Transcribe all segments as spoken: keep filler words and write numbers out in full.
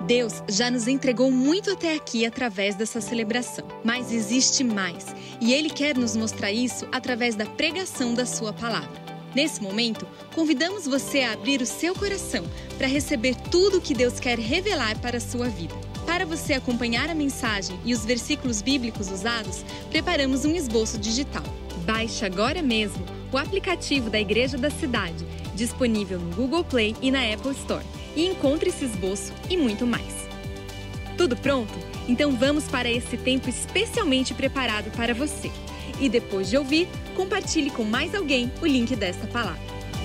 Deus já nos entregou muito até aqui através dessa celebração, mas existe mais, e Ele quer nos mostrar isso através da pregação da sua palavra. Nesse momento, convidamos você a abrir o seu coração para receber tudo o que Deus quer revelar para a sua vida. Para você acompanhar a mensagem e os versículos bíblicos usados, preparamos um esboço digital. Baixe agora mesmo o aplicativo da Igreja da Cidade, disponível no Google Play e na Apple Store, e encontre esse esboço e muito mais. Tudo pronto? Então vamos para esse tempo especialmente preparado para você. E depois de ouvir, compartilhe com mais alguém o link desta palavra.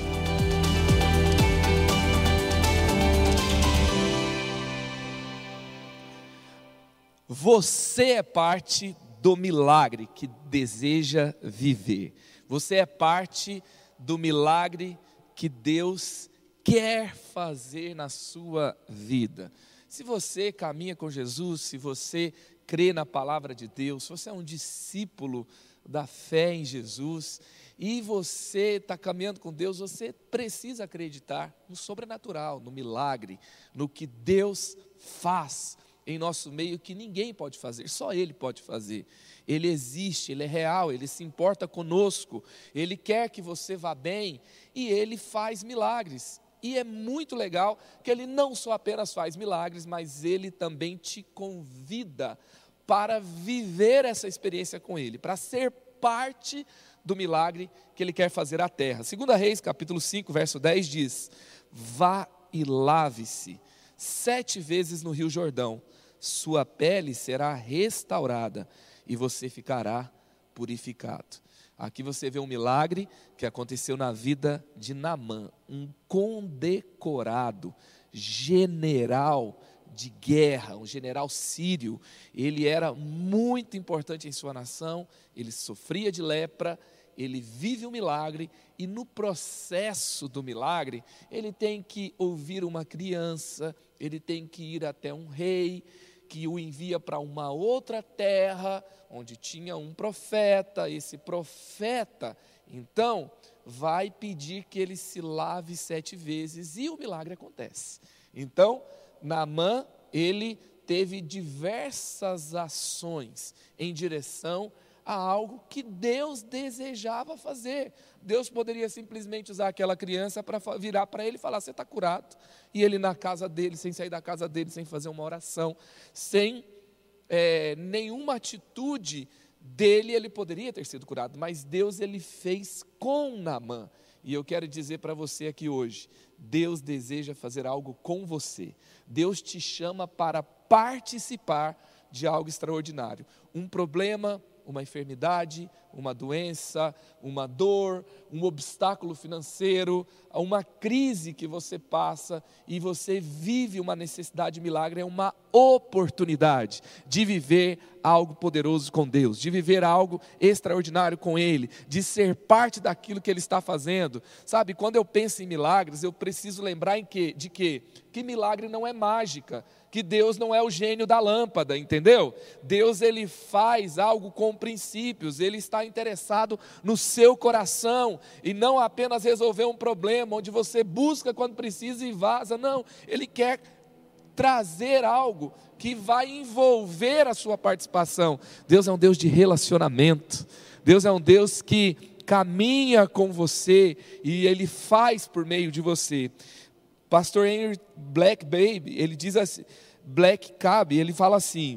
Você é parte do milagre que deseja viver. Você é parte do milagre que Deus quer fazer na sua vida. Se você caminha com Jesus, se você crê na palavra de Deus, se você é um discípulo da fé em Jesus e você está caminhando com Deus, você precisa acreditar no sobrenatural, no milagre, no que Deus faz em nosso meio que ninguém pode fazer, só Ele pode fazer. Ele existe, Ele é real, Ele se importa conosco, Ele quer que você vá bem e Ele faz milagres. E é muito legal que Ele não só apenas faz milagres, mas Ele também te convida para viver essa experiência com Ele, para ser parte do milagre que Ele quer fazer à terra. Segunda Reis, capítulo cinco, verso dez diz: vá e lave-se sete vezes no rio Jordão, sua pele será restaurada e você ficará purificado. Aqui você vê um milagre que aconteceu na vida de Naamã, um condecorado general de guerra, um general sírio. Ele era muito importante em sua nação, ele sofria de lepra, ele vive um milagre e no processo do milagre, ele tem que ouvir uma criança, ele tem que ir até um rei, que o envia para uma outra terra, onde tinha um profeta. Esse profeta, então, vai pedir que ele se lave sete vezes e o milagre acontece. Então, Naamã, ele teve diversas ações em direção a algo que Deus desejava fazer. Deus poderia simplesmente usar aquela criança para virar para ele e falar: você está curado. E ele na casa dele, sem sair da casa dele, sem fazer uma oração, sem é, nenhuma atitude dele, ele poderia ter sido curado. Mas Deus, ele fez com Naamã. E eu quero dizer para você aqui hoje, Deus deseja fazer algo com você. Deus te chama para participar de algo extraordinário. Um problema, uma enfermidade, uma doença, uma dor, um obstáculo financeiro, uma crise que você passa e você vive uma necessidade de milagre, é uma oportunidade de viver algo poderoso com Deus, de viver algo extraordinário com Ele, de ser parte daquilo que Ele está fazendo. Sabe, quando eu penso em milagres, eu preciso lembrar em que, de que, que milagre não é mágica, que Deus não é o gênio da lâmpada, entendeu? Deus, Ele faz algo com princípios, Ele está interessado no seu coração, e não apenas resolver um problema, onde você busca quando precisa e vaza, não, Ele quer trazer algo que vai envolver a sua participação. Deus é um Deus de relacionamento, Deus é um Deus que caminha com você, e Ele faz por meio de você. Pastor Henry Black Baby, ele diz assim, Black Cab, ele fala assim: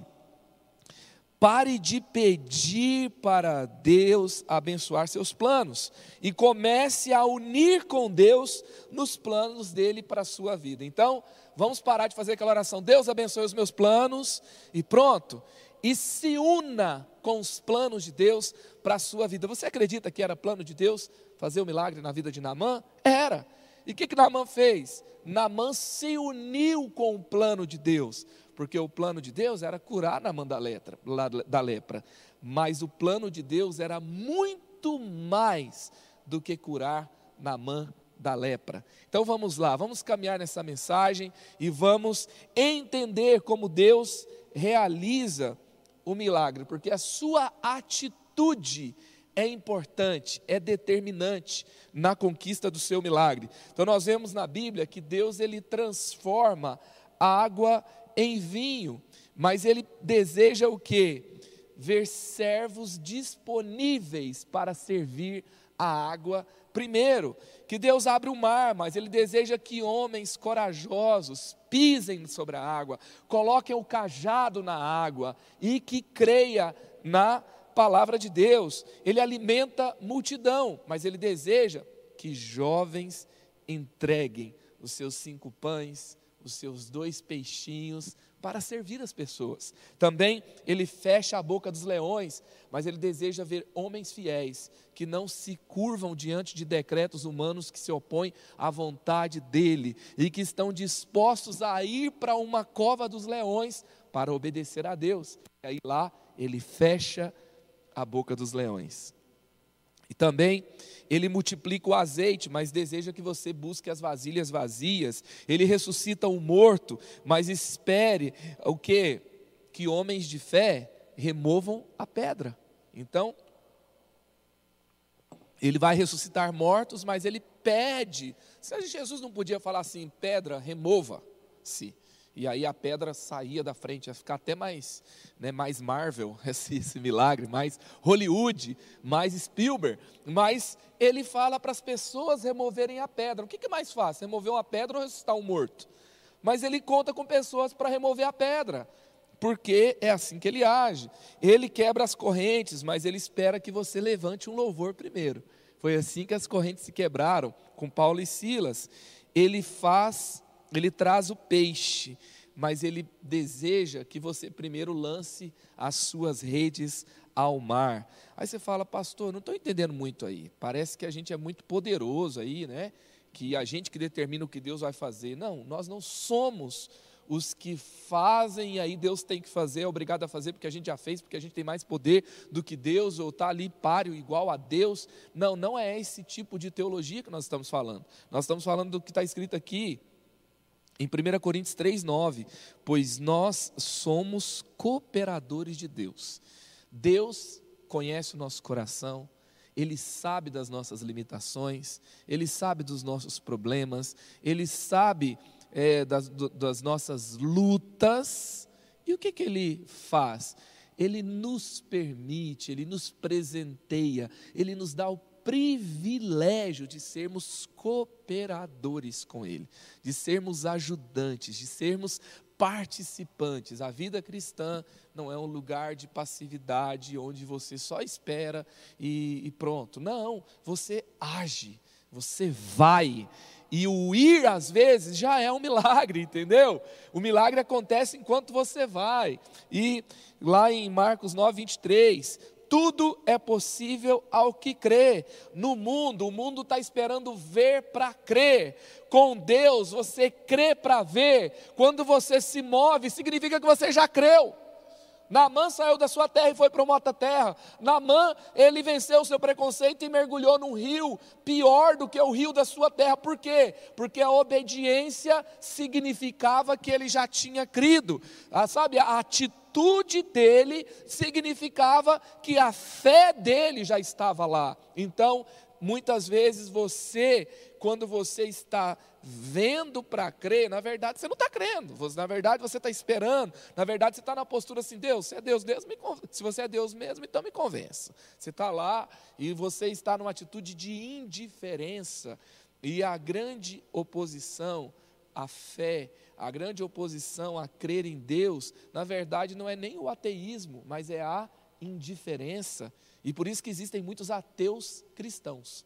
pare de pedir para Deus abençoar seus planos e comece a unir com Deus nos planos dele para a sua vida. Então, vamos parar de fazer aquela oração: Deus abençoe os meus planos, e pronto. E se una com os planos de Deus para a sua vida. Você acredita que era plano de Deus fazer o milagre na vida de Naamã? Era. E o que que Naamã fez? Naamã se uniu com o plano de Deus, porque o plano de Deus era curar Naamã da lepra, da lepra, mas o plano de Deus era muito mais do que curar Naamã da lepra. Então vamos lá, vamos caminhar nessa mensagem e vamos entender como Deus realiza o milagre, porque a sua atitude é importante, é determinante na conquista do seu milagre. Então nós vemos na Bíblia que Deus, ele transforma a água em vinho, mas ele deseja o quê? Ver servos disponíveis para servir a água primeiro. Que Deus abre o mar, mas ele deseja que homens corajosos pisem sobre a água, coloquem o cajado na água e que creia na palavra de Deus. Ele alimenta multidão, mas ele deseja que jovens entreguem os seus cinco pães, os seus dois peixinhos para servir as pessoas. Também ele fecha a boca dos leões, mas ele deseja ver homens fiéis que não se curvam diante de decretos humanos que se opõem à vontade dele e que estão dispostos a ir para uma cova dos leões para obedecer a Deus. E aí lá ele fecha a boca dos leões. E também ele multiplica o azeite, mas deseja que você busque as vasilhas vazias. Ele ressuscita o morto, mas espere o quê? Que homens de fé removam a pedra. Então, ele vai ressuscitar mortos, mas ele pede. Se Jesus não podia falar assim, pedra, remova-se. E aí a pedra saía da frente, ia ficar até mais, né, mais Marvel, esse, esse milagre, mais Hollywood, mais Spielberg. Mas ele fala para as pessoas removerem a pedra. O que, que é mais fácil, remover uma pedra ou ressuscitar um morto? Mas ele conta com pessoas para remover a pedra, porque é assim que ele age. Ele quebra as correntes, mas ele espera que você levante um louvor primeiro. Foi assim que as correntes se quebraram com Paulo e Silas. Ele faz... Ele traz o peixe, mas ele deseja que você primeiro lance as suas redes ao mar. Aí você fala, pastor, não estou entendendo muito aí. Parece que a gente é muito poderoso aí, né? Que a gente que determina o que Deus vai fazer. Não, nós não somos os que fazem e aí Deus tem que fazer, é obrigado a fazer porque a gente já fez, porque a gente tem mais poder do que Deus, ou está ali páreo igual a Deus. Não, não é esse tipo de teologia que nós estamos falando. Nós estamos falando do que está escrito aqui, em primeira Coríntios três, nove, pois nós somos cooperadores de Deus. Deus conhece o nosso coração, Ele sabe das nossas limitações, Ele sabe dos nossos problemas, Ele sabe é, das, do, das nossas lutas. E o que, que Ele faz? Ele nos permite, Ele nos presenteia, Ele nos dá o privilégio de sermos cooperadores com Ele, de sermos ajudantes, de sermos participantes. A vida cristã não é um lugar de passividade, onde você só espera e, e pronto. Não, você age, você vai. E o ir, às vezes, já é um milagre, entendeu? O milagre acontece enquanto você vai. E lá em Marcos nove, vinte e três... tudo é possível ao que crê. No mundo, o mundo está esperando ver para crer. Com Deus, você crê para ver. Quando você se move, significa que você já creu. Naamã saiu da sua terra e foi para uma outra terra. Naamã, ele venceu o seu preconceito e mergulhou num rio pior do que o rio da sua terra. Por quê? Porque a obediência significava que ele já tinha crido. Ah, sabe, a atitude A atitude dele significava que a fé dele já estava lá. Então, muitas vezes você, quando você está vendo para crer, na verdade você não está crendo, você, na verdade você está esperando, na verdade você está na postura assim, Deus, se é Deus mesmo, me conven- se você é Deus mesmo, então me convença. Você está lá e você está numa atitude de indiferença, e a grande oposição à fé, a grande oposição a crer em Deus, na verdade não é nem o ateísmo, mas é a indiferença. E por isso que existem muitos ateus cristãos.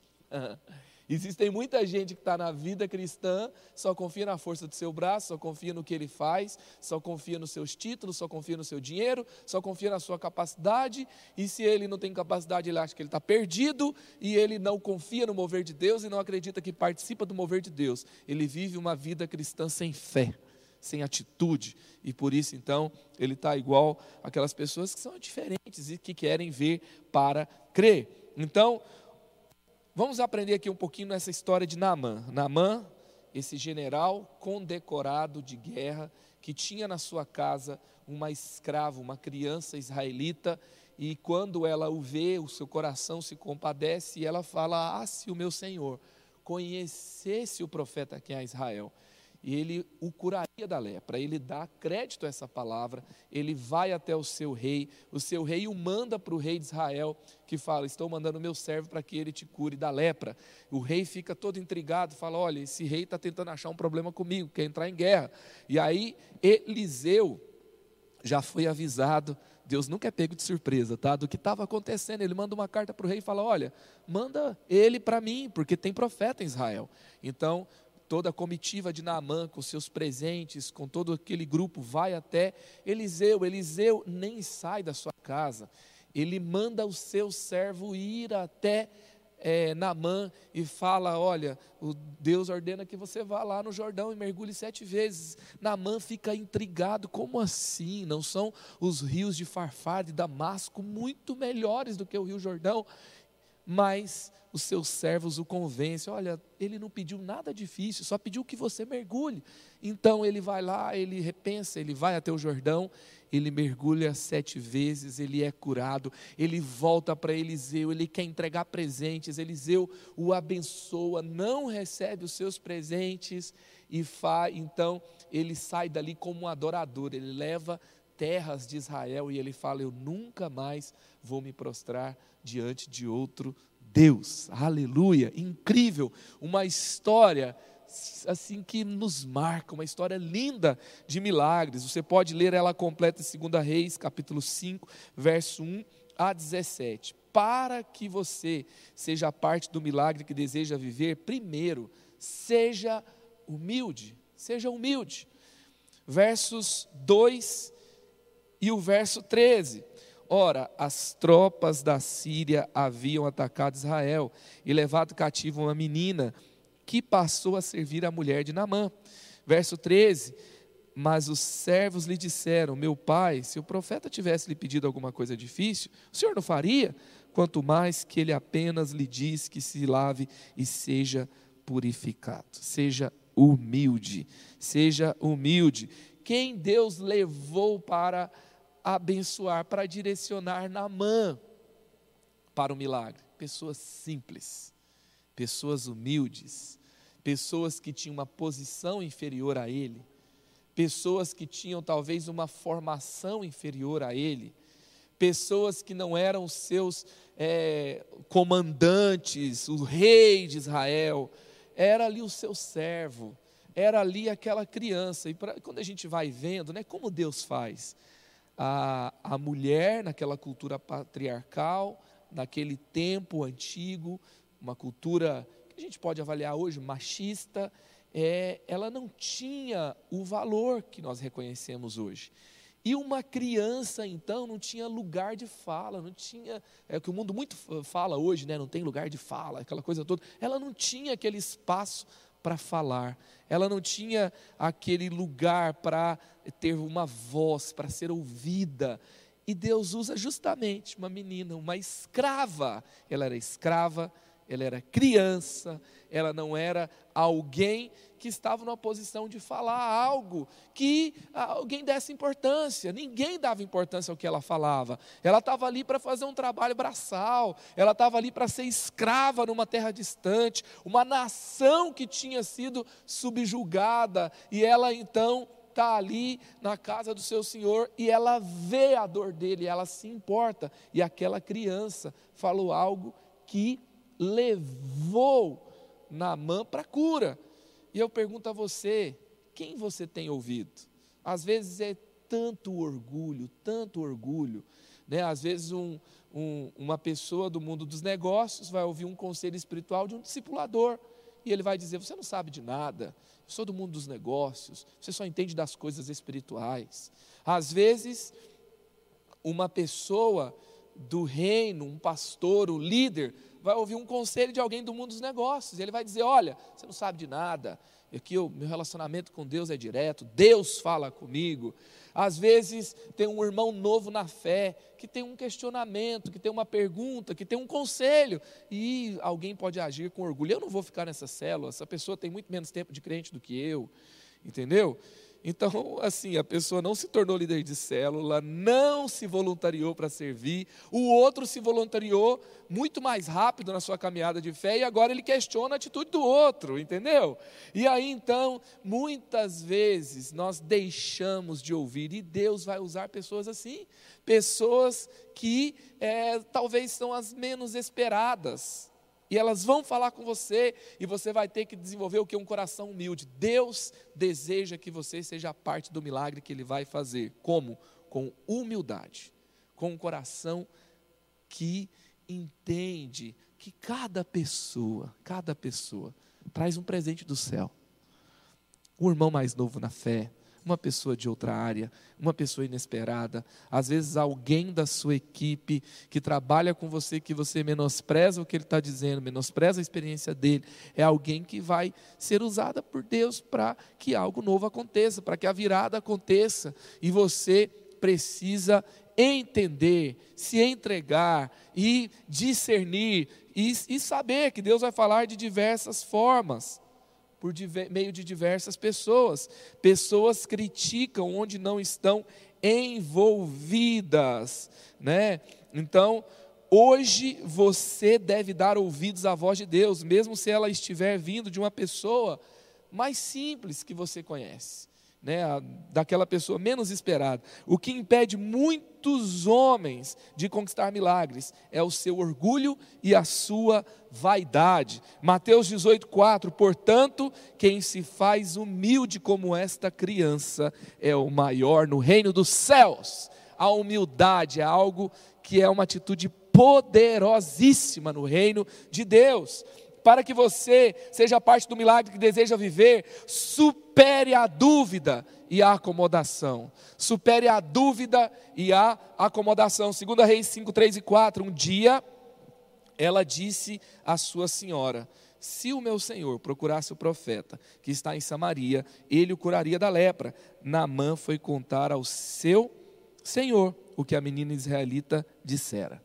Existem muita gente que está na vida cristã, só confia na força do seu braço, só confia no que ele faz, só confia nos seus títulos, só confia no seu dinheiro, só confia na sua capacidade, e se ele não tem capacidade, ele acha que ele está perdido, e ele não confia no mover de Deus, e não acredita que participa do mover de Deus. Ele vive uma vida cristã sem fé, sem atitude, e por isso então, ele está igual aquelas pessoas que são diferentes e que querem ver para crer. Então, vamos aprender aqui um pouquinho nessa história de Naamã. Naamã, esse general condecorado de guerra, que tinha na sua casa uma escrava, uma criança israelita, e quando ela o vê, o seu coração se compadece, e ela fala, ah, se o meu Senhor conhecesse o profeta que é Israel. e ele o curaria da lepra. Ele dá crédito a essa palavra, ele vai até o seu rei, o seu rei o manda para o rei de Israel, que fala: estou mandando o meu servo para que ele te cure da lepra. O rei fica todo intrigado, fala: olha, esse rei está tentando achar um problema comigo, quer entrar em guerra. E aí Eliseu já foi avisado, Deus nunca é pego de surpresa, tá? Do que estava acontecendo. Ele manda uma carta para o rei e fala: olha, manda ele para mim, porque tem profeta em Israel. Então toda a comitiva de Naamã, com seus presentes, com todo aquele grupo, vai até Eliseu. Eliseu nem sai da sua casa, ele manda o seu servo ir até é, Naamã e fala: olha, o Deus ordena que você vá lá no Jordão e mergulhe sete vezes. Naamã fica intrigado: como assim? Não são os rios de Farfar e Damasco muito melhores do que o rio Jordão? Mas os seus servos o convencem: olha, ele não pediu nada difícil, só pediu que você mergulhe. Então ele vai lá, ele repensa, ele vai até o Jordão, ele mergulha sete vezes, ele é curado, ele volta para Eliseu, ele quer entregar presentes, Eliseu o abençoa, não recebe os seus presentes, e faz, então ele sai dali como um adorador, ele leva terras de Israel e ele fala: eu nunca mais vou me prostrar diante de outro Deus. Aleluia, incrível, uma história assim que nos marca, uma história linda de milagres. Você pode ler ela completa em Segunda Reis, capítulo cinco, verso um a dezessete. Para que você seja parte do milagre que deseja viver, primeiro, seja humilde, seja humilde. Versos dois e o verso treze. Ora, as tropas da Síria haviam atacado Israel e levado cativo uma menina que passou a servir a mulher de Naamã. Verso treze. Mas os servos lhe disseram: meu pai, se o profeta tivesse lhe pedido alguma coisa difícil, o senhor não faria? Quanto mais que ele apenas lhe diz que se lave e seja purificado. Seja humilde, seja humilde. Quem Deus levou para abençoar, para direcionar Naamã para o milagre? Pessoas simples, pessoas humildes, pessoas que tinham uma posição inferior a ele, pessoas que tinham talvez uma formação inferior a ele, pessoas que não eram seus é, comandantes, o rei de Israel, era ali o seu servo, era ali aquela criança. E pra, quando a gente vai vendo, né, como Deus faz, a, a mulher naquela cultura patriarcal, naquele tempo antigo, uma cultura que a gente pode avaliar hoje, machista, é, ela não tinha o valor que nós reconhecemos hoje. E uma criança, então, não tinha lugar de fala, não tinha, é o que o mundo muito fala hoje, né? Não tem lugar de fala, aquela coisa toda. Ela não tinha aquele espaço para falar, ela não tinha aquele lugar para ter uma voz, para ser ouvida. E Deus usa justamente uma menina, uma escrava. Ela era escrava, ela era criança, ela não era alguém que estava numa posição de falar algo que alguém desse importância. Ninguém dava importância ao que ela falava. Ela estava ali para fazer um trabalho braçal, ela estava ali para ser escrava numa terra distante, uma nação que tinha sido subjugada, e ela então está ali na casa do seu senhor, e ela vê a dor dele, ela se importa, e aquela criança falou algo que levou Naamã para a cura. E eu pergunto a você, quem você tem ouvido? Às vezes é tanto orgulho, tanto orgulho, né? Às vezes um, um, uma pessoa do mundo dos negócios vai ouvir um conselho espiritual de um discipulador, e ele vai dizer: você não sabe de nada, eu sou do mundo dos negócios, você só entende das coisas espirituais. Às vezes, uma pessoa do reino, um pastor, um líder, vai ouvir um conselho de alguém do mundo dos negócios, e ele vai dizer: olha, você não sabe de nada, aqui o meu relacionamento com Deus é direto, Deus fala comigo. Às vezes tem um irmão novo na fé, que tem um questionamento, que tem uma pergunta, que tem um conselho, e alguém pode agir com orgulho: eu não vou ficar nessa célula, essa pessoa tem muito menos tempo de crente do que eu, entendeu? Então, assim, a pessoa não se tornou líder de célula, não se voluntariou para servir, o outro se voluntariou muito mais rápido na sua caminhada de fé e agora ele questiona a atitude do outro, entendeu? E aí, então, muitas vezes nós deixamos de ouvir e Deus vai usar pessoas assim, pessoas que é, talvez são as menos esperadas. E elas vão falar com você e você vai ter que desenvolver o que? Um coração humilde. Deus deseja que você seja parte do milagre que Ele vai fazer. Como? Com humildade. Com um coração que entende que cada pessoa, cada pessoa traz um presente do céu. Um irmão mais novo na fé, uma pessoa de outra área, uma pessoa inesperada, às vezes alguém da sua equipe que trabalha com você, que você menospreza o que ele está dizendo, menospreza a experiência dele, é alguém que vai ser usada por Deus para que algo novo aconteça, para que a virada aconteça, e você precisa entender, se entregar e discernir, e, e saber que Deus vai falar de diversas formas, por meio de diversas pessoas. Pessoas criticam onde não estão envolvidas, né? Então, hoje você deve dar ouvidos à voz de Deus, mesmo se ela estiver vindo de uma pessoa mais simples que você conhece, né? Daquela pessoa menos esperada. O que impede muitos homens de conquistar milagres é o seu orgulho e a sua vaidade. Mateus dezoito, quatro, portanto, quem se faz humilde como esta criança é o maior no reino dos céus. A humildade é algo que é uma atitude poderosíssima no reino de Deus. Para que você seja parte do milagre que deseja viver, supere a dúvida e a acomodação. Supere a dúvida e a acomodação. Segunda Reis cinco, três e quatro, um dia ela disse à sua senhora: se o meu senhor procurasse o profeta que está em Samaria, ele o curaria da lepra. Naamã foi contar ao seu senhor o que a menina israelita dissera.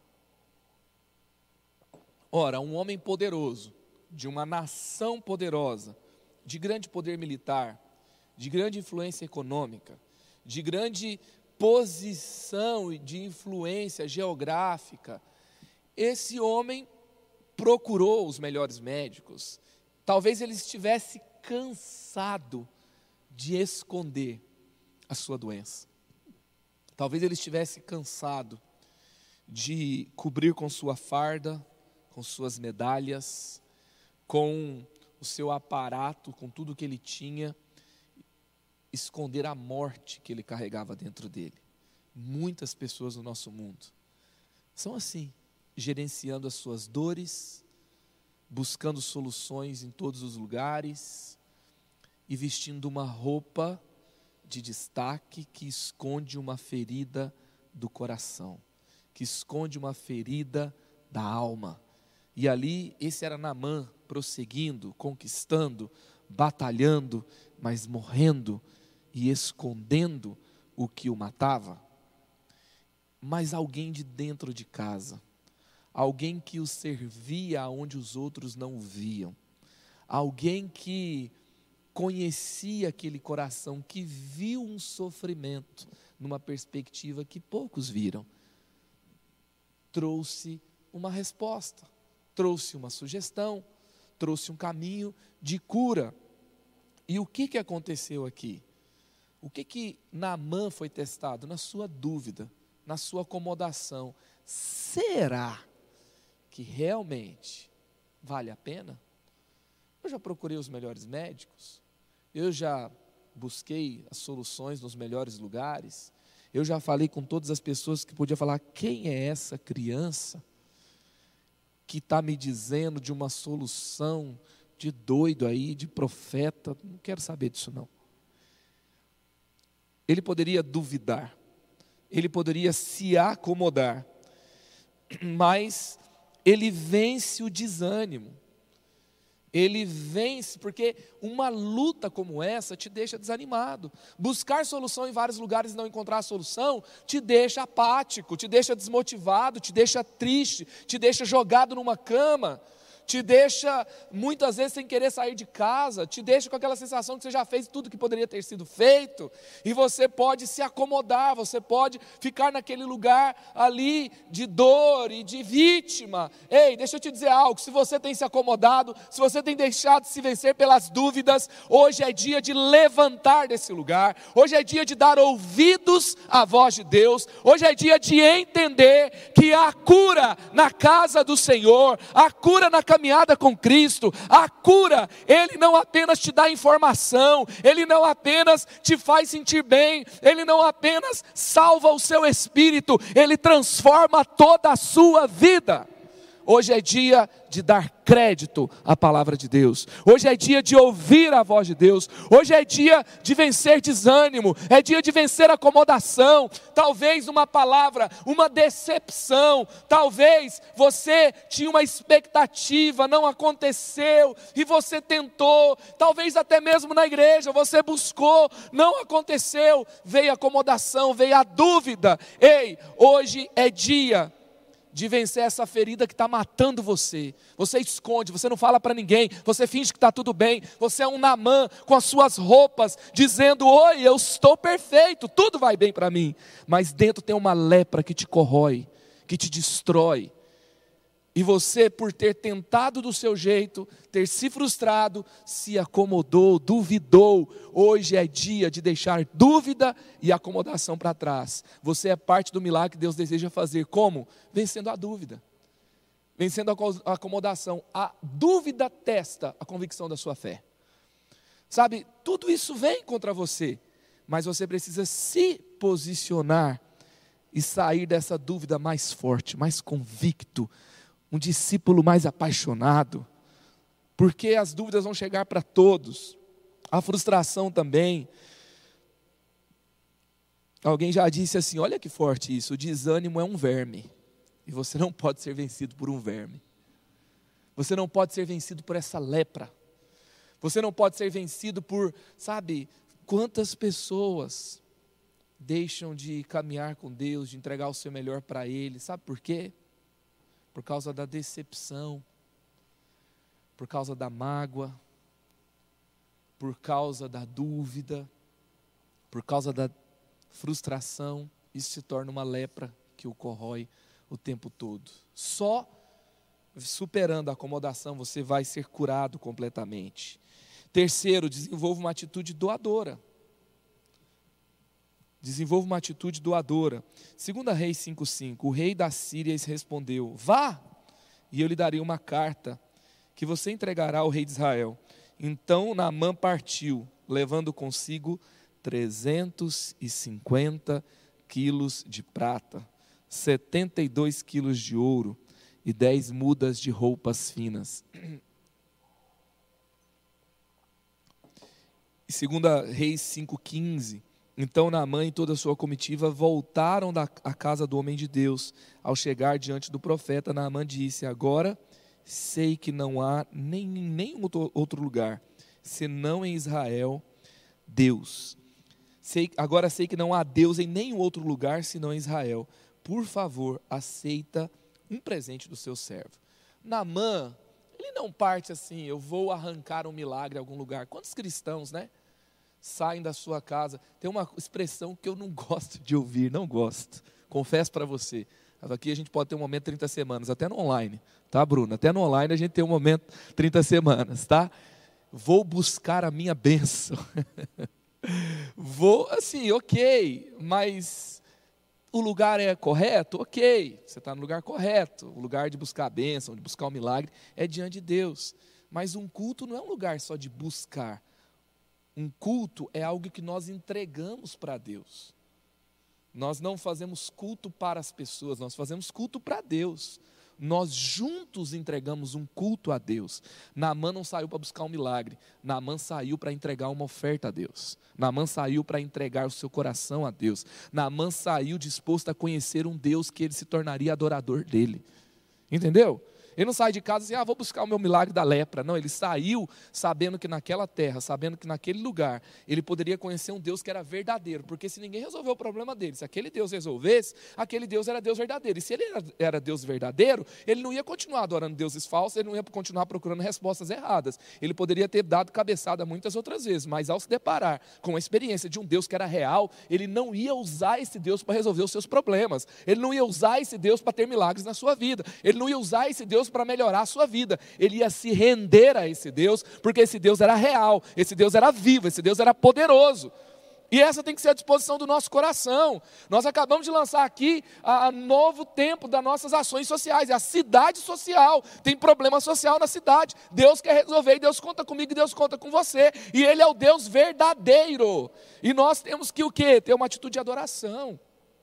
Ora, um homem poderoso, de uma nação poderosa, de grande poder militar, de grande influência econômica, de grande posição e de influência geográfica, esse homem procurou os melhores médicos. Talvez ele estivesse cansado de esconder a sua doença. Talvez ele estivesse cansado de cobrir com sua farda, com suas medalhas, com o seu aparato, com tudo que ele tinha, esconder a morte que ele carregava dentro dele. Muitas pessoas no nosso mundo são assim, gerenciando as suas dores, buscando soluções em todos os lugares e vestindo uma roupa de destaque que esconde uma ferida do coração, que esconde uma ferida da alma. E ali, esse era Naamã, prosseguindo, conquistando, batalhando, mas morrendo e escondendo o que o matava. Mas alguém de dentro de casa, alguém que o servia onde os outros não o viam, alguém que conhecia aquele coração, que viu um sofrimento numa perspectiva que poucos viram, trouxe uma resposta, trouxe uma sugestão, trouxe um caminho de cura. E o que, que aconteceu aqui? O que que Naamã foi testado? Na sua dúvida, na sua acomodação. Será que realmente vale a pena? Eu já procurei os melhores médicos, eu já busquei as soluções nos melhores lugares, eu já falei com todas as pessoas que podiam falar: quem é essa criança que está me dizendo de uma solução de doido aí, de profeta? Não quero saber disso não. Ele poderia duvidar, ele poderia se acomodar, mas ele vence o desânimo, ele vence, porque uma luta como essa te deixa desanimado. Buscar solução em vários lugares e não encontrar a solução te deixa apático, te deixa desmotivado, te deixa triste, te deixa jogado numa cama, te deixa muitas vezes sem querer sair de casa, te deixa com aquela sensação que você já fez tudo que poderia ter sido feito, e você pode se acomodar, você pode ficar naquele lugar ali de dor e de vítima. Ei, deixa eu te dizer algo, se você tem se acomodado, se você tem deixado de se vencer pelas dúvidas, hoje é dia de levantar desse lugar, hoje é dia de dar ouvidos à voz de Deus, hoje é dia de entender que há cura na casa do Senhor, há cura na caminhada com Cristo, a cura, Ele não apenas te dá informação, Ele não apenas te faz sentir bem, Ele não apenas salva o seu espírito, Ele transforma toda a sua vida. Hoje é dia de dar crédito à palavra de Deus, hoje é dia de ouvir a voz de Deus, hoje é dia de vencer desânimo, é dia de vencer acomodação, talvez uma palavra, uma decepção, talvez você tinha uma expectativa, não aconteceu, e você tentou, talvez até mesmo na igreja, você buscou, não aconteceu, veio a acomodação, veio a dúvida. Ei, hoje é dia de vencer essa ferida que está matando você. Você esconde, você não fala para ninguém, você finge que está tudo bem, você é um Naamã com as suas roupas, dizendo: oi, eu estou perfeito, tudo vai bem para mim. Mas dentro tem uma lepra que te corrói, que te destrói. E você, por ter tentado do seu jeito, ter se frustrado, se acomodou, duvidou. Hoje é dia de deixar dúvida e acomodação para trás. Você é parte do milagre que Deus deseja fazer. Como? Vencendo a dúvida, vencendo a acomodação. A dúvida testa a convicção da sua fé. Sabe, tudo isso vem contra você, mas você precisa se posicionar e sair dessa dúvida mais forte, mais convicto, um discípulo mais apaixonado, porque as dúvidas vão chegar para todos, a frustração também. Alguém já disse assim, olha que forte isso, o desânimo é um verme, e você não pode ser vencido por um verme, você não pode ser vencido por essa lepra, você não pode ser vencido por, sabe, quantas pessoas deixam de caminhar com Deus, de entregar o seu melhor para Ele, sabe por quê? Por causa da decepção, por causa da mágoa, por causa da dúvida, por causa da frustração. Isso se torna uma lepra que o corrói o tempo todo. Só superando a acomodação você vai ser curado completamente. Terceiro, desenvolva uma atitude doadora. Desenvolva uma atitude doadora. Segunda Reis cinco, cinco, o rei da Síria respondeu: vá, e eu lhe darei uma carta, que você entregará ao rei de Israel. Então Naamã partiu, levando consigo trezentos e cinquenta quilos de prata, setenta e dois quilos de ouro e dez mudas de roupas finas. Segunda Reis cinco, quinze, então Naamã e toda a sua comitiva voltaram da a casa do homem de Deus. Ao chegar diante do profeta, Naamã disse: agora sei que não há nem em nenhum outro lugar, senão em Israel, Deus. Sei, agora sei que não há Deus em nenhum outro lugar, senão em Israel. Por favor, aceita um presente do seu servo. Naamã, ele não parte assim, eu vou arrancar um milagre em algum lugar. Quantos cristãos, né? Saem da sua casa. Tem uma expressão que eu não gosto de ouvir, não gosto. Confesso para você. Aqui a gente pode ter um momento trinta semanas, até no online, tá, Bruno? Até no online a gente tem um momento trinta semanas, tá? Vou buscar a minha bênção. Vou, assim, ok, mas o lugar é correto? Ok, você está no lugar correto. O lugar de buscar a bênção, de buscar o milagre, é diante de Deus. Mas um culto não é um lugar só de buscar. Um culto é algo que nós entregamos para Deus. Nós não fazemos culto para as pessoas, nós fazemos culto para Deus. Nós juntos entregamos um culto a Deus. Naamã não saiu para buscar um milagre, Naamã saiu para entregar uma oferta a Deus. Naamã saiu para entregar o seu coração a Deus. Naamã saiu disposto a conhecer um Deus que ele se tornaria adorador dele. Entendeu? Ele não sai de casa assim, ah, vou buscar o meu milagre da lepra. Não, ele saiu sabendo que naquela terra, sabendo que naquele lugar, ele poderia conhecer um Deus que era verdadeiro. Porque se ninguém resolveu o problema dele, se aquele Deus resolvesse, aquele Deus era Deus verdadeiro. E se ele era, era Deus verdadeiro, ele não ia continuar adorando deuses falsos, ele não ia continuar procurando respostas erradas. Ele poderia ter dado cabeçada muitas outras vezes, mas ao se deparar com a experiência de um Deus que era real, ele não ia usar esse Deus para resolver os seus problemas. Ele não ia usar esse Deus para ter milagres na sua vida. Ele não ia usar esse Deus para melhorar a sua vida. Ele ia se render a esse Deus, porque esse Deus era real, esse Deus era vivo, esse Deus era poderoso. E essa tem que ser a disposição do nosso coração. Nós acabamos de lançar aqui a, a novo tempo das nossas ações sociais, é a cidade social. Tem problema social na cidade. Deus quer resolver, e Deus conta comigo, e Deus conta com você. E Ele é o Deus verdadeiro. E nós temos que o quê? Ter uma atitude de adoração.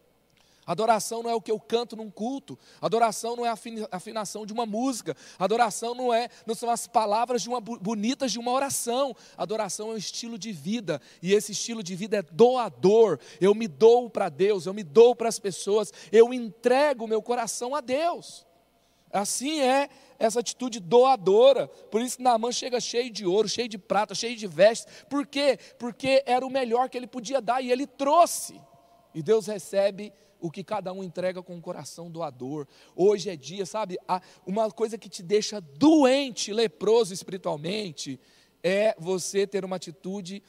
Adoração não é o que eu canto num culto. Adoração não é a afinação de uma música. Adoração não, é, não são as palavras de uma, bonitas de uma oração. Adoração é um estilo de vida. E esse estilo de vida é doador. Eu me dou para Deus, eu me dou para as pessoas. Eu entrego o meu coração a Deus. Assim é essa atitude doadora. Por isso que Naamã chega cheio de ouro, cheio de prata, cheio de vestes. Por quê? Porque era o melhor que ele podia dar e ele trouxe. E Deus recebe o que cada um entrega com o coração doador. Hoje é dia, sabe, uma coisa que te deixa doente, leproso espiritualmente, é você ter uma atitude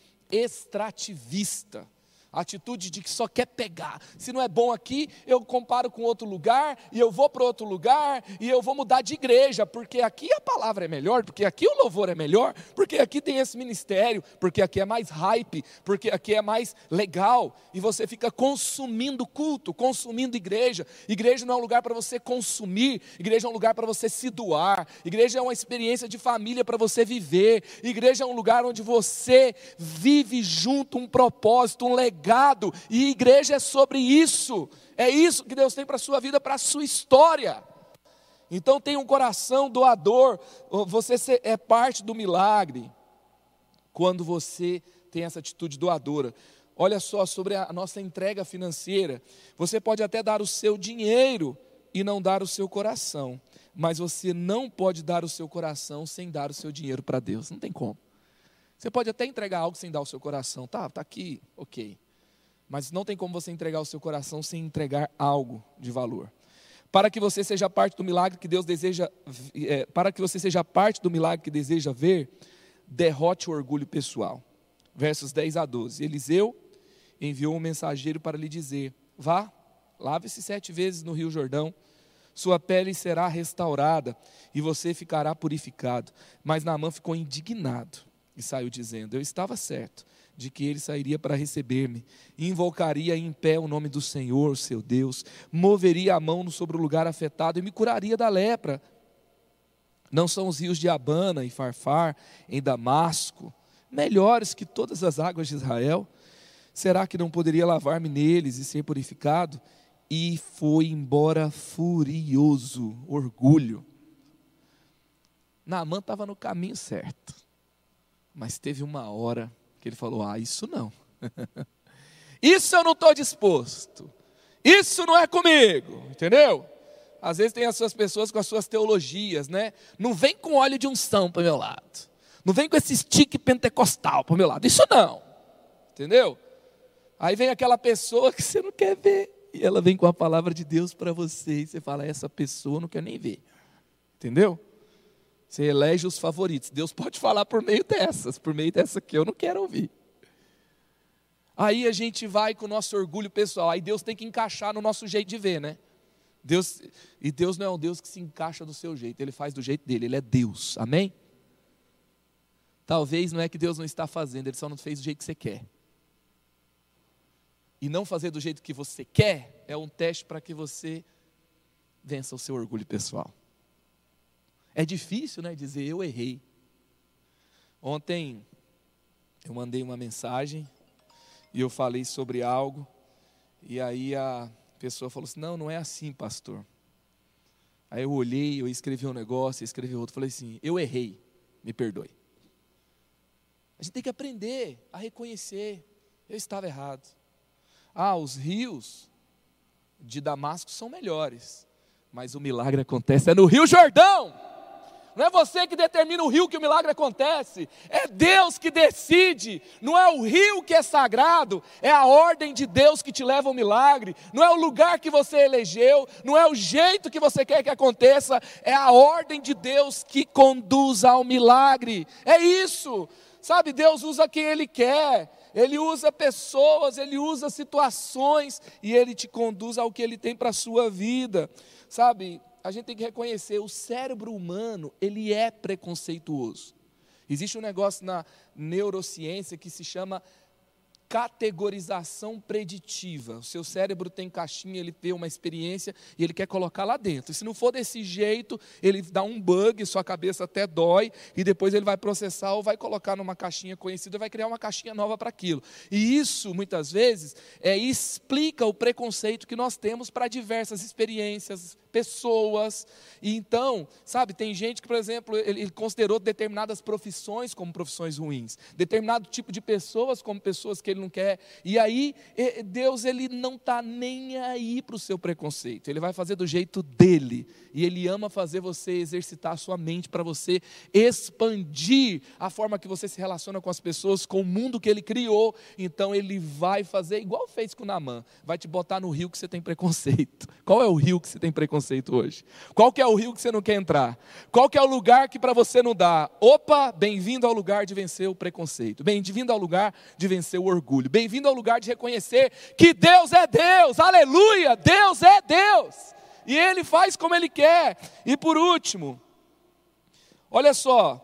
extrativista. A atitude de que só quer pegar. Se não é bom aqui, eu comparo com outro lugar, e eu vou para outro lugar, e eu vou mudar de igreja, porque aqui a palavra é melhor, porque aqui o louvor é melhor, porque aqui tem esse ministério, porque aqui é mais hype, porque aqui é mais legal, e você fica consumindo culto, consumindo igreja. Igreja não é um lugar para você consumir, igreja é um lugar para você se doar, igreja é uma experiência de família para você viver, igreja é um lugar onde você vive junto um propósito, um legado. E igreja é sobre isso. É isso que Deus tem para a sua vida, para a sua história. Então tem um coração doador. Você é parte do milagre quando você tem essa atitude doadora. Olha só, sobre a nossa entrega financeira. Você pode até dar o seu dinheiro e não dar o seu coração, mas você não pode dar o seu coração sem dar o seu dinheiro para Deus. Não tem como. Você pode até entregar algo sem dar o seu coração. Tá, tá aqui, ok. Mas não tem como você entregar o seu coração sem entregar algo de valor. Para que você seja parte do milagre que Deus deseja, é, para que você seja parte do milagre que deseja ver, derrote o orgulho pessoal. Versos dez a doze. Eliseu enviou um mensageiro para lhe dizer: vá, lave-se sete vezes no rio Jordão, sua pele será restaurada e você ficará purificado. Mas Naamã ficou indignado e saiu dizendo: eu estava certo de que ele sairia para receber-me, invocaria em pé o nome do Senhor, seu Deus, moveria a mão sobre o lugar afetado e me curaria da lepra. Não são os rios de Abana e Farfar em Damasco melhores que todas as águas de Israel? Será que não poderia lavar-me neles e ser purificado? E foi embora furioso, orgulho. Naamã estava no caminho certo, mas teve uma hora que ele falou: ah, isso não, isso eu não estou disposto, isso não é comigo, entendeu? Às vezes tem as suas pessoas com as suas teologias, né? Não vem com óleo de unção para o meu lado, não vem com esse stick pentecostal para o meu lado, isso não, entendeu? Aí vem aquela pessoa que você não quer ver, e ela vem com a palavra de Deus para você, e você fala: essa pessoa eu não quero nem ver, entendeu? Você elege os favoritos. Deus pode falar por meio dessas, por meio dessa que eu não quero ouvir. Aí a gente vai com o nosso orgulho pessoal. Aí Deus tem que encaixar no nosso jeito de ver, né? Deus, e Deus não é um Deus que se encaixa do seu jeito. Ele faz do jeito dele. Ele é Deus. Amém? Talvez não é que Deus não está fazendo. Ele só não fez do jeito que você quer. E não fazer do jeito que você quer é um teste para que você vença o seu orgulho pessoal. É difícil, né, dizer eu errei. Ontem eu mandei uma mensagem e eu falei sobre algo, e aí a pessoa falou assim: não, não é assim, pastor. Aí eu olhei, eu escrevi um negócio, escrevi outro, falei assim: eu errei, me perdoe. A gente tem que aprender a reconhecer: eu estava errado. Ah, os rios de Damasco são melhores, Mas o milagre acontece é no Rio Jordão. Não é você que determina o rio que o milagre acontece, é Deus que decide. Não é o rio que é sagrado, é a ordem de Deus que te leva ao milagre. Não é o lugar que você elegeu, não é o jeito que você quer que aconteça, é a ordem de Deus que conduz ao milagre. É isso, sabe? Deus usa quem Ele quer, Ele usa pessoas, Ele usa situações e Ele te conduz ao que Ele tem para a sua vida, sabe? A gente tem que reconhecer, o cérebro humano, ele é preconceituoso. Existe um negócio na neurociência que se chama categorização preditiva. O seu cérebro tem caixinha, ele vê uma experiência e ele quer colocar lá dentro. E se não for desse jeito, ele dá um bug, sua cabeça até dói, e depois ele vai processar ou vai colocar numa caixinha conhecida, vai criar uma caixinha nova para aquilo. E isso, muitas vezes, é, explica o preconceito que nós temos para diversas experiências, pessoas. E então, sabe, tem gente que, por exemplo, ele, ele considerou determinadas profissões como profissões ruins, determinado tipo de pessoas como pessoas que ele não quer, e aí Deus, ele não está nem aí para o seu preconceito, Ele vai fazer do jeito dele, e Ele ama fazer você exercitar a sua mente, para você expandir a forma que você se relaciona com as pessoas, com o mundo que Ele criou. Então Ele vai fazer igual fez com Naamã, vai te botar no rio que você tem preconceito. Qual é o rio que você tem preconceito hoje? Qual que é o rio que você não quer entrar? Qual que é o lugar que para você não dá? Opa, bem-vindo ao lugar de vencer o preconceito, bem-vindo ao lugar de vencer o orgulho, bem-vindo ao lugar de reconhecer que Deus é Deus, aleluia, Deus é Deus, e Ele faz como Ele quer. E por último, olha só,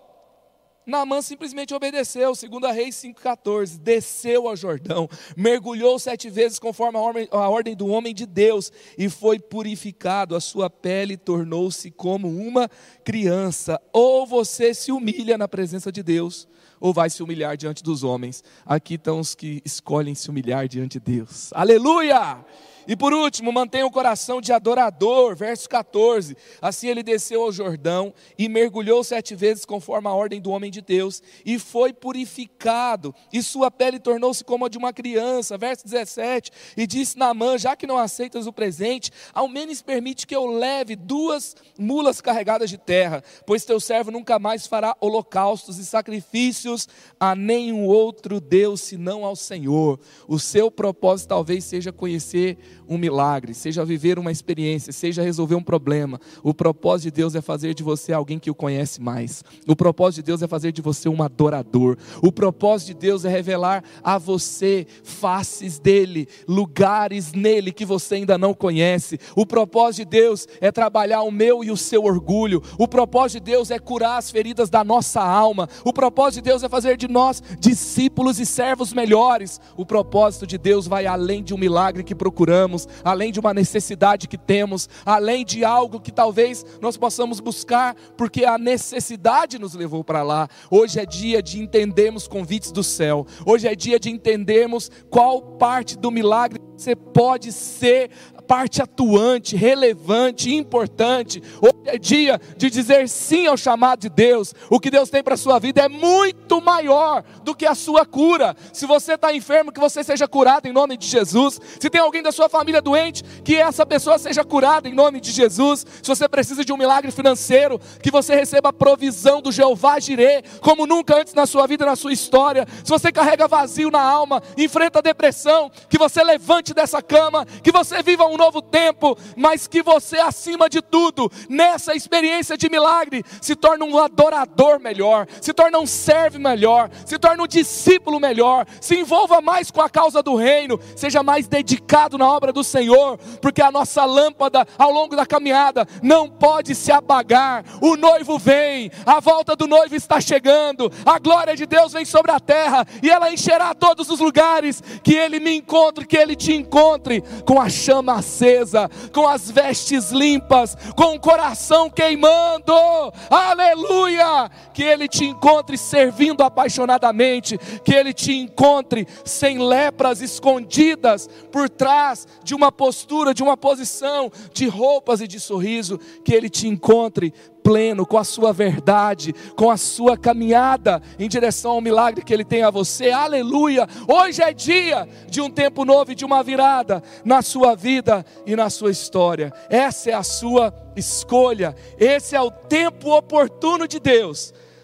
Naamã simplesmente obedeceu. Segunda Reis cinco, quatorze, desceu ao Jordão, mergulhou sete vezes conforme a ordem do homem de Deus, e foi purificado, a sua pele tornou-se como uma criança. Ou você se humilha na presença de Deus, ou vai se humilhar diante dos homens. Aqui estão os que escolhem se humilhar diante de Deus, aleluia! E por último, mantenha o coração de adorador, verso quatorze, assim ele desceu ao Jordão e mergulhou sete vezes conforme a ordem do homem de Deus, e foi purificado, e sua pele tornou-se como a de uma criança, verso dezessete, e disse Naamã, já que não aceitas o presente, ao menos permite que eu leve duas mulas carregadas de terra, pois teu servo nunca mais fará holocaustos e sacrifícios a nenhum outro Deus senão ao Senhor. O seu propósito talvez seja conhecer um milagre, seja viver uma experiência, seja resolver um problema. O propósito de Deus é fazer de você alguém que o conhece mais. O propósito de Deus é fazer de você um adorador. O propósito de Deus é revelar a você faces dele, lugares nele que você ainda não conhece. O propósito de Deus é trabalhar o meu e o seu orgulho. O propósito de Deus é curar as feridas da nossa alma. O propósito de Deus é fazer de nós discípulos e servos melhores. O propósito de Deus vai além de um milagre que procuramos, além de uma necessidade que temos, além de algo que talvez nós possamos buscar, porque a necessidade nos levou para lá. Hoje é dia de entendermos convites do céu. Hoje é dia de entendermos qual parte do milagre você pode ser parte atuante, relevante, importante. Hoje é dia de dizer sim ao chamado de Deus. O que Deus tem para a sua vida é muito maior do que a sua cura. Se você está enfermo, que você seja curado em nome de Jesus. Se tem alguém da sua família doente, que essa pessoa seja curada em nome de Jesus. Se você precisa de um milagre financeiro, que você receba a provisão do Jeová Jirê, como nunca antes na sua vida, na sua história. Se você carrega vazio na alma, enfrenta a depressão, que você levante dessa cama, que você viva um novo tempo, mas que você, acima de tudo, nessa experiência de milagre, se torne um adorador melhor, se torne um servo melhor, se torne um discípulo melhor, se envolva mais com a causa do reino, seja mais dedicado na obra do Senhor, porque a nossa lâmpada ao longo da caminhada não pode se apagar. O noivo vem, a volta do noivo está chegando, a glória de Deus vem sobre a terra, e ela encherá todos os lugares. Que Ele me encontre, que Ele te encontre com a chama acesa, com as vestes limpas, com o coração queimando, aleluia. Que Ele te encontre servindo apaixonadamente, que Ele te encontre sem lepras escondidas por trás de uma postura, de uma posição, de roupas e de sorriso. Que Ele te encontre pleno, com a sua verdade, com a sua caminhada em direção ao milagre que Ele tem a você. Aleluia! Hoje é dia de um tempo novo e de uma virada na sua vida e na sua história. Essa é a sua escolha, esse é o tempo oportuno de Deus